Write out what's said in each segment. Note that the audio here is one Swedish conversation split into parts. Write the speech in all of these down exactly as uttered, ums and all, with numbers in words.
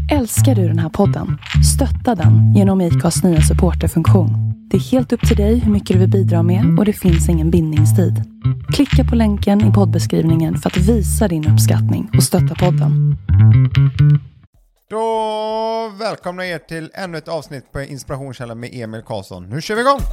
Älskar du den här podden? Stötta den genom ICAs nya supporterfunktion. Det är helt upp till dig hur mycket du vill bidra med och det finns ingen bindningstid. Klicka på länken i poddbeskrivningen för att visa din uppskattning och stötta podden. Då välkomnar er till ännu ett avsnitt på Inspirationskällan med Emil Karlsson. Nu kör vi igång!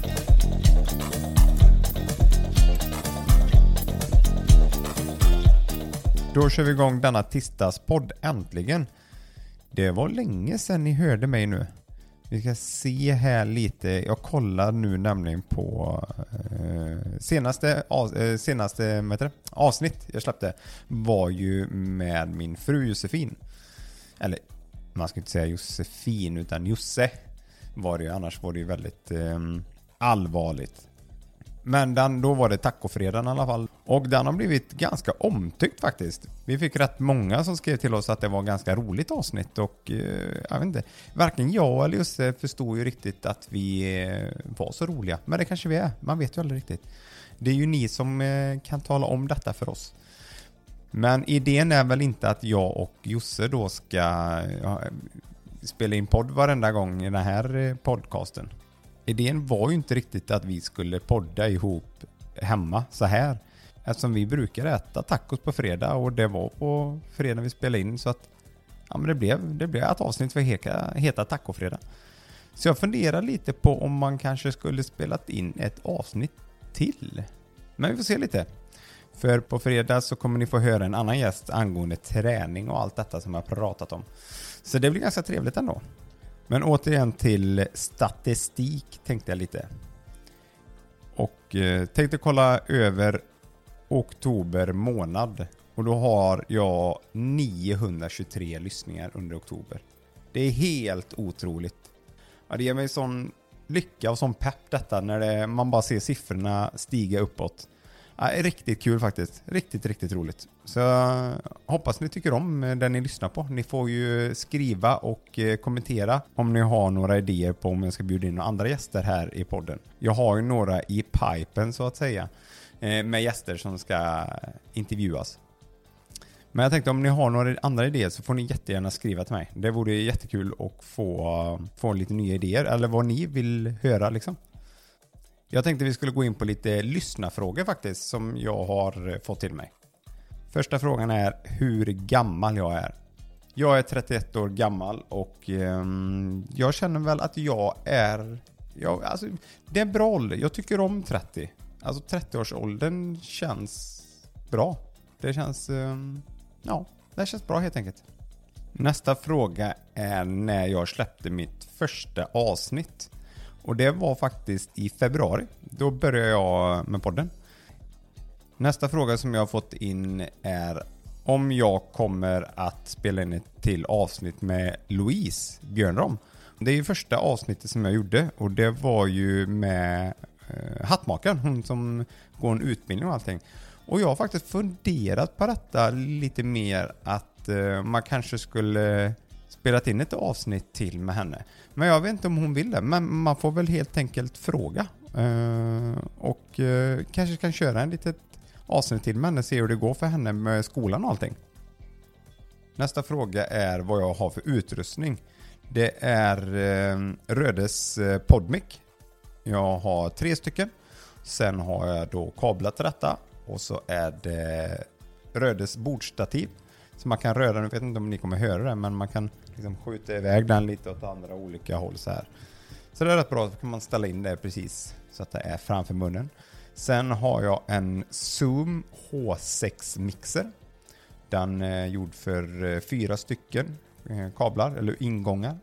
Då kör vi igång denna tisdagspodd äntligen. Det var länge sedan ni hörde mig nu. Vi ska se här lite. Jag kollar nu nämligen på eh, senaste, eh, senaste vad heter det? avsnitt jag släppte var ju med min fru Josefin. Eller man ska inte säga Josefin utan Josse var det ju. Annars var det ju väldigt eh, allvarligt. Men den, då var det tacofredagen i alla fall. Och den har blivit ganska omtyckt faktiskt. Vi fick rätt många som skrev till oss att det var ganska roligt avsnitt. Och eh, jag vet inte, varken jag eller Josse förstod ju riktigt att vi eh, var så roliga. Men det kanske vi är, man vet ju aldrig riktigt. Det är ju ni som eh, kan tala om detta för oss. Men idén är väl inte att jag och Josse då ska ja, spela in podd varenda gång i den här eh, podcasten. Idén var ju inte riktigt att vi skulle podda ihop hemma så här. Eftersom vi brukar äta tacos på fredag och det var på fredag vi spelade in. Så att ja, men det, blev, det blev ett avsnitt för heka, heta tacofredag. Så jag funderar lite på om man kanske skulle spelat in ett avsnitt till. Men vi får se lite. För på fredag så kommer ni få höra en annan gäst angående träning och allt detta som jag har pratat om. Så det blir ganska trevligt ändå. Men återigen till statistik tänkte jag lite. Och eh, tänkte kolla över oktober månad. Och då har jag niohundratjugotre lyssningar under oktober. Det är helt otroligt. Ja, det ger mig sån lycka och sån pepp detta när det, man bara ser siffrorna stiga uppåt. Ja, riktigt kul faktiskt. Riktigt, riktigt roligt. Så hoppas ni tycker om det ni lyssnar på. Ni får ju skriva och kommentera om ni har några idéer på om jag ska bjuda in några andra gäster här i podden. Jag har ju några i pipen så att säga. Med gäster som ska intervjuas. Men jag tänkte om ni har några andra idéer så får ni jättegärna skriva till mig. Det vore jättekul att få, få lite nya idéer. Eller vad ni vill höra liksom. Jag tänkte vi skulle gå in på lite lyssnarfrågor faktiskt som jag har fått till mig. Första frågan är hur gammal jag är. Jag är trettioett år gammal och eh, jag känner väl att jag är... Jag, alltså, det är en bra ålder. Jag tycker om trettio. Alltså trettio-årsåldern känns bra. Det känns... Eh, ja, det känns bra helt enkelt. Nästa fråga är när jag släppte mitt första avsnitt. Och det var faktiskt i februari. Då började jag med podden. Nästa fråga som jag har fått in är om jag kommer att spela in ett till avsnitt med Louise Björnrom. Det är ju första avsnittet som jag gjorde och det var ju med eh, hattmakaren. Hon som går en utbildning och allting. Och jag har faktiskt funderat på detta lite mer att eh, man kanske skulle... spelat in ett avsnitt till med henne. Men jag vet inte om hon vill det. Men man får väl helt enkelt fråga. Uh, och uh, kanske kan köra en litet avsnitt till med henne. Se hur det går för henne med skolan och allting. Nästa fråga är vad jag har för utrustning. Det är uh, Rödes uh, Podmic. Jag har tre stycken. Sen har jag då kablat till detta. Och så är det Rödes bordstativ. Så man kan röra, jag vet inte om ni kommer höra det, men man kan liksom skjuta iväg den lite åt andra olika håll så här. Så det är rätt bra, så kan man ställa in det precis så att det är framför munnen. Sen har jag en Zoom H sex mixer. Den är gjord för fyra stycken kablar eller ingångar.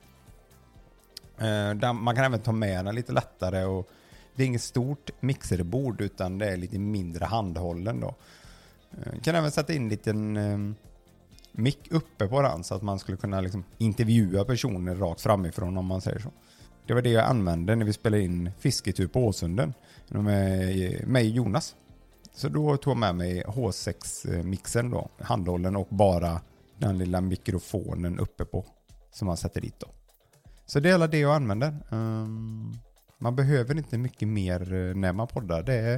Man kan även ta med den lite lättare och det är inget stort mixerbord utan det är lite mindre handhållen då. Kan även sätta in en liten mick uppe på den så att man skulle kunna liksom intervjua personer rakt framifrån om man säger så. Det var det jag använde när vi spelade in Fisketur på Åsunden med mig och Jonas. Så då tog jag med mig H sex-mixen då, handhållen och bara den lilla mikrofonen uppe på som man sätter dit då. Så det är alla det jag använder. Um, man behöver inte mycket mer när man poddar. Det är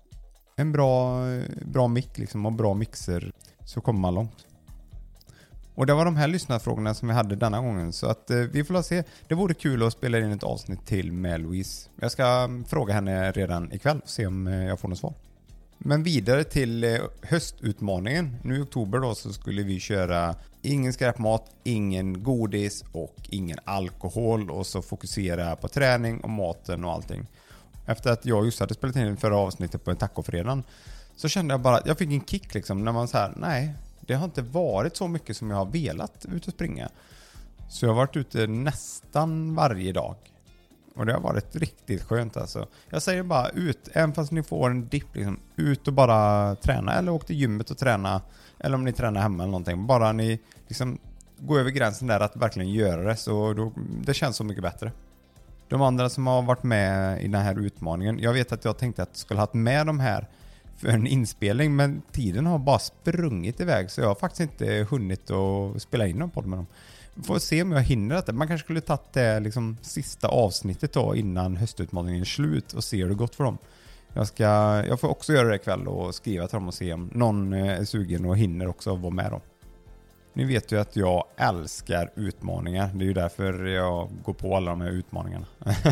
en bra, bra mick liksom och bra mixer så kommer man långt. Och det var de här lyssnarfrågorna som vi hade denna gången. Så att eh, vi får se. Det vore kul att spela in ett avsnitt till med Louise. Jag ska um, fråga henne redan ikväll och se om eh, jag får något svar. Men vidare till eh, höstutmaningen. Nu i oktober då så skulle vi köra ingen skräpmat, ingen godis och ingen alkohol. Och så fokusera på träning och maten och allting. Efter att jag just hade spelat in förra avsnittet på en tacofredagen så kände jag bara att jag fick en kick liksom. När man så här, nej, det har inte varit så mycket som jag har velat ut och springa. Så jag har varit ute nästan varje dag. Och det har varit riktigt skönt alltså. Jag säger bara ut, även fast ni får en dipp liksom, ut och bara träna. Eller åk till gymmet och träna. Eller om ni tränar hemma eller någonting. Bara ni liksom går över gränsen där att verkligen göra det. Så då, det känns så mycket bättre. De andra som har varit med i den här utmaningen. Jag vet att jag tänkte att jag skulle ha haft med de här för en inspelning. Men tiden har bara sprungit iväg. Så jag har faktiskt inte hunnit att spela in någon podd med dem. Får se om jag hinner det. Man kanske skulle tagit det liksom sista avsnittet då innan höstutmaningen är slut och se hur det gått för dem. Jag, ska, jag får också göra det ikväll och skriva till dem och se om någon är sugen och hinner också vara med dem. Ni vet ju att jag älskar utmaningar. Det är ju därför jag går på alla de här utmaningarna.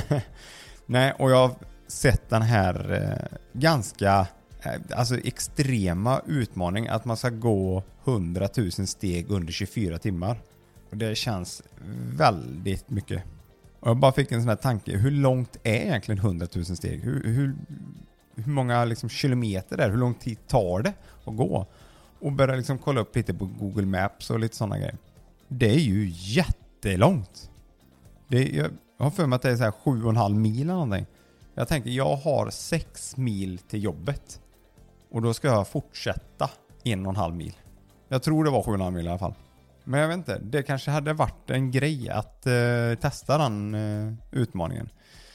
Nej, och jag har sett den här eh, ganska eh, alltså extrema utmaning att man ska gå hundratusen steg under tjugofyra timmar. Och det känns väldigt mycket. Och jag bara fick en sån här tanke. Hur långt är egentligen hundratusen steg? Hur, hur, hur många liksom kilometer där? Hur lång tid tar det att gå? Och börja liksom kolla upp lite på Google Maps och lite sådana grejer. Det är ju jättelångt. Det är, jag har för mig att det är så här sju och en halv mil eller någonting. Jag tänker, jag har sex mil till jobbet. Och då ska jag fortsätta en och en halv mil. Jag tror det var sju och en halv mil i alla fall. Men jag vet inte, det kanske hade varit en grej att eh, testa den eh, utmaningen.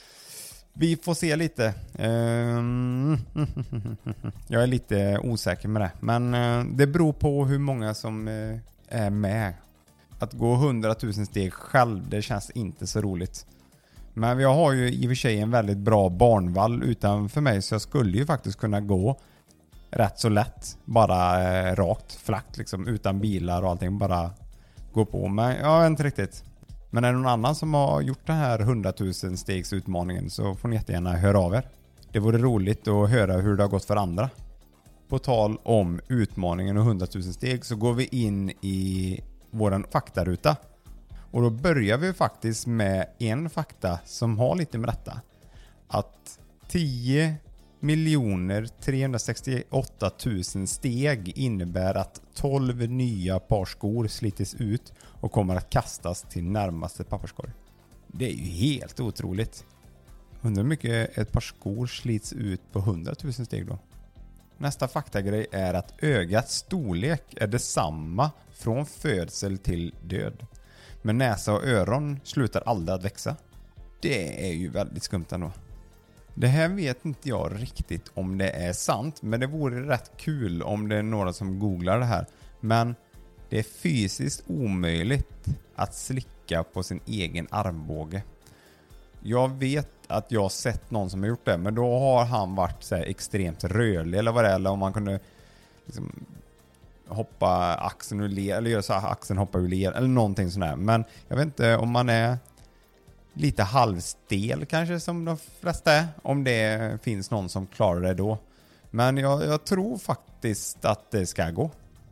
Vi får se lite. Uh, jag är lite osäker med det. Men uh, det beror på hur många som uh, är med. Att gå hundratusen steg själv, det känns inte så roligt. Men jag har ju i och för sig en väldigt bra barnvall utanför mig. Så jag skulle ju faktiskt kunna gå rätt så lätt. Bara uh, rakt, flackt liksom. Utan bilar och allting. Bara gå på. Men jag vet inte riktigt. Men är det någon annan som har gjort den här hundratusen stegs utmaningen så får ni jättegärna höra av er. Det vore roligt att höra hur det har gått för andra. På tal om utmaningen och hundratusen steg så går vi in i våran faktaruta. Och då börjar vi faktiskt med en fakta som har lite med detta. Att tio miljoner trehundrasextioåtta tusen steg innebär att tolv nya par skor slites ut och kommer att kastas till närmaste papperskorg. Det är ju helt otroligt. Undrar hur mycket ett par skor slits ut på hundratusen steg då. Nästa faktagrej är att ögats storlek är detsamma från födsel till död. Men näsa och öron slutar aldrig att växa. Det är ju väldigt skumt ändå. Det här vet inte jag riktigt om det är sant, men det vore rätt kul om det är några som googlar det här. Men det är fysiskt omöjligt att slicka på sin egen armbåge. Jag vet att jag har sett någon som har gjort det, men då har han varit så här extremt rörlig eller vad det är, eller om man kunde liksom hoppa axeln ur led, eller göra så här axeln hoppa ur led eller någonting sånt där. Men jag vet inte om man är lite halvstel kanske som de flesta är, om det finns någon som klarar det då. Men jag, jag tror faktiskt att det ska gå.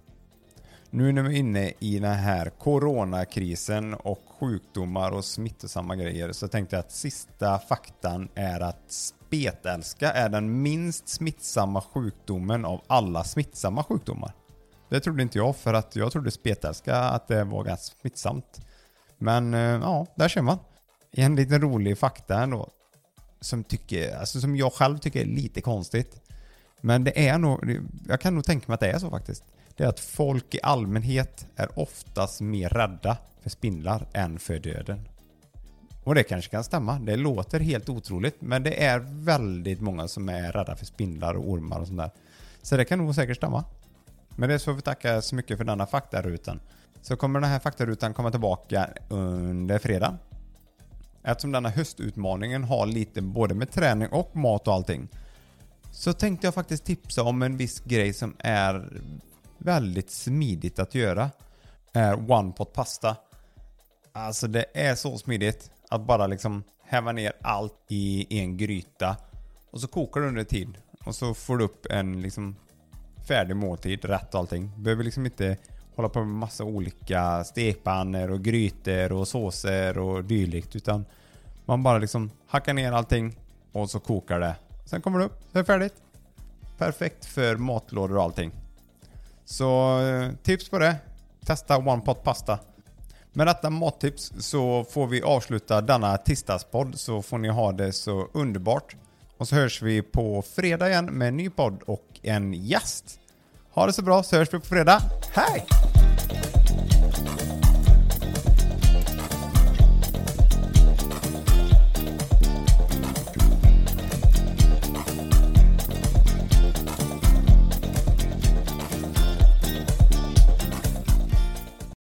Nu när vi är inne i den här coronakrisen och sjukdomar och smittosamma grejer så tänkte jag att sista faktan är att spetälska är den minst smittsamma sjukdomen av alla smittsamma sjukdomar. Det trodde inte jag, för att jag trodde spetälska att det var ganska smittsamt. Men ja, där ser man. En liten rolig fakta ändå som, tycker, alltså som jag själv tycker är lite konstigt. Men det är nog, jag kan nog tänka mig att det är så faktiskt. Det är att folk i allmänhet är oftast mer rädda för spindlar än för döden. Och det kanske kan stämma. Det låter helt otroligt, men det är väldigt många som är rädda för spindlar och ormar och sånt där. Så det kan nog säkert stämma. Men det så får vi tacka så mycket för denna faktarutan. Så kommer den här faktarutan komma tillbaka under fredag. Eftersom denna höstutmaningen har lite både med träning och mat och allting, så tänkte jag faktiskt tipsa om en viss grej som är väldigt smidigt att göra. är One Pot Pasta. Alltså det är så smidigt att bara liksom häva ner allt i en gryta och så kokar du under tid och så får du upp en liksom färdig måltid, rätt och allting. Du behöver liksom inte hålla på med massa olika stekpannor och grytor och såser och dylikt, utan man bara liksom hackar ner allting och så kokar det. Sen kommer det upp, så är det färdigt. Perfekt för matlådor och allting. Så tips på det. Testa One Pot Pasta. Med detta mattips så får vi avsluta denna tisdagspodd, så får ni ha det så underbart. Och så hörs vi på fredag igen med en ny podd och en gäst. Ha det så bra, så hörs vi på fredag. Hej!